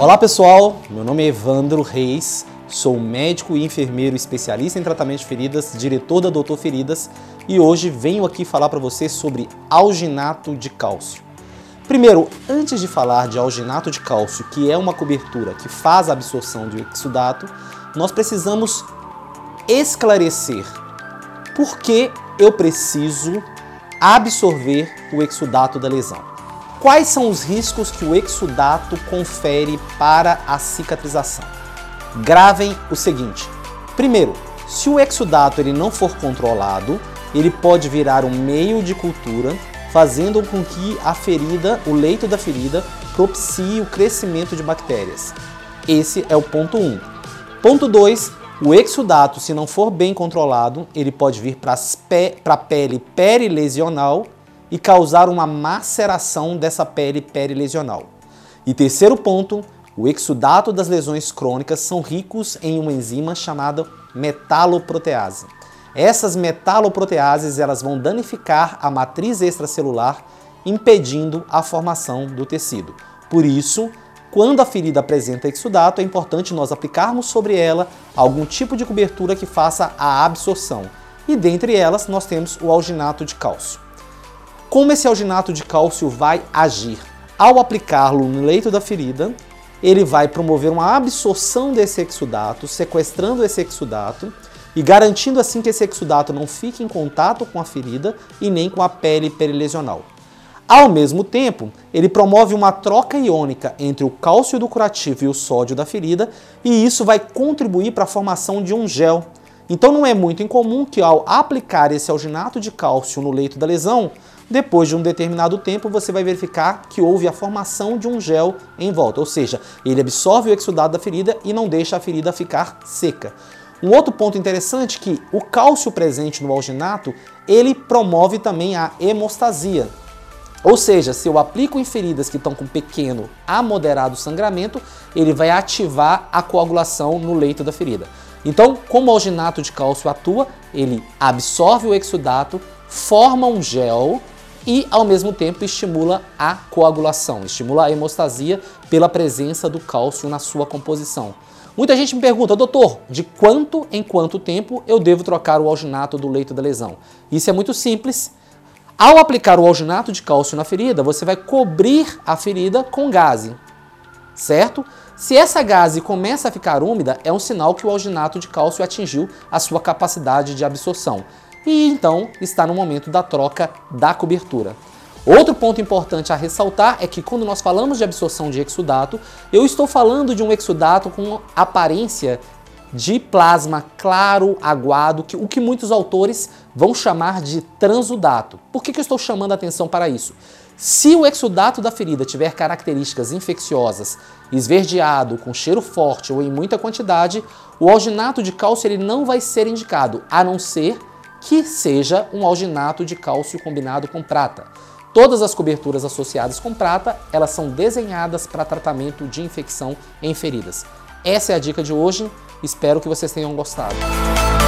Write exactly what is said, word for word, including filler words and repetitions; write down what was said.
Olá pessoal, meu nome é Evandro Reis, sou médico e enfermeiro especialista em tratamento de feridas, diretor da doutor Feridas e hoje venho aqui falar para você sobre alginato de cálcio. Primeiro, antes de falar de alginato de cálcio, que é uma cobertura que faz a absorção do exudato, nós precisamos esclarecer por que eu preciso absorver o exudato da lesão. Quais são os riscos que o exudato confere para a cicatrização? Gravem o seguinte. Primeiro, se o exudato ele não for controlado, ele pode virar um meio de cultura, fazendo com que a ferida, o leito da ferida, propicie o crescimento de bactérias. Esse é o ponto um. Ponto dois, o exudato, se não for bem controlado, ele pode vir para a pele perilesional e causar uma maceração dessa pele perilesional. E terceiro ponto, o exudato das lesões crônicas são ricos em uma enzima chamada metaloprotease. Essas metaloproteases elas vão danificar a matriz extracelular, impedindo a formação do tecido. Por isso, quando a ferida apresenta exudato, é importante nós aplicarmos sobre ela algum tipo de cobertura que faça a absorção. E dentre elas, nós temos o alginato de cálcio. Como esse alginato de cálcio vai agir? Ao aplicá-lo no leito da ferida, ele vai promover uma absorção desse exudato, sequestrando esse exudato e garantindo assim que esse exudato não fique em contato com a ferida e nem com a pele perilesional. Ao mesmo tempo, ele promove uma troca iônica entre o cálcio do curativo e o sódio da ferida e isso vai contribuir para a formação de um gel. Então não é muito incomum que ao aplicar esse alginato de cálcio no leito da lesão, depois de um determinado tempo você vai verificar que houve a formação de um gel em volta, ou seja, ele absorve o exudato da ferida e não deixa a ferida ficar seca. Um outro ponto interessante é que o cálcio presente no alginato, ele promove também a hemostasia. Ou seja, se eu aplico em feridas que estão com pequeno a moderado sangramento, ele vai ativar a coagulação no leito da ferida. Então, como o alginato de cálcio atua, ele absorve o exudato, forma um gel e, ao mesmo tempo, estimula a coagulação, estimula a hemostasia pela presença do cálcio na sua composição. Muita gente me pergunta, doutor, de quanto em quanto tempo eu devo trocar o alginato do leito da lesão? Isso é muito simples. Ao aplicar o alginato de cálcio na ferida, você vai cobrir a ferida com gaze, certo? Se essa gaze começa a ficar úmida, é um sinal que o alginato de cálcio atingiu a sua capacidade de absorção. E então está no momento da troca da cobertura. Outro ponto importante a ressaltar é que quando nós falamos de absorção de exudato, eu estou falando de um exudato com aparência de plasma claro, aguado, que, o que muitos autores vão chamar de transudato. Por que que eu estou chamando a atenção para isso? Se o exudato da ferida tiver características infecciosas, esverdeado, com cheiro forte ou em muita quantidade, o alginato de cálcio ele não vai ser indicado, a não ser que seja um alginato de cálcio combinado com prata. Todas as coberturas associadas com prata, elas são desenhadas para tratamento de infecção em feridas. Essa é a dica de hoje, espero que vocês tenham gostado.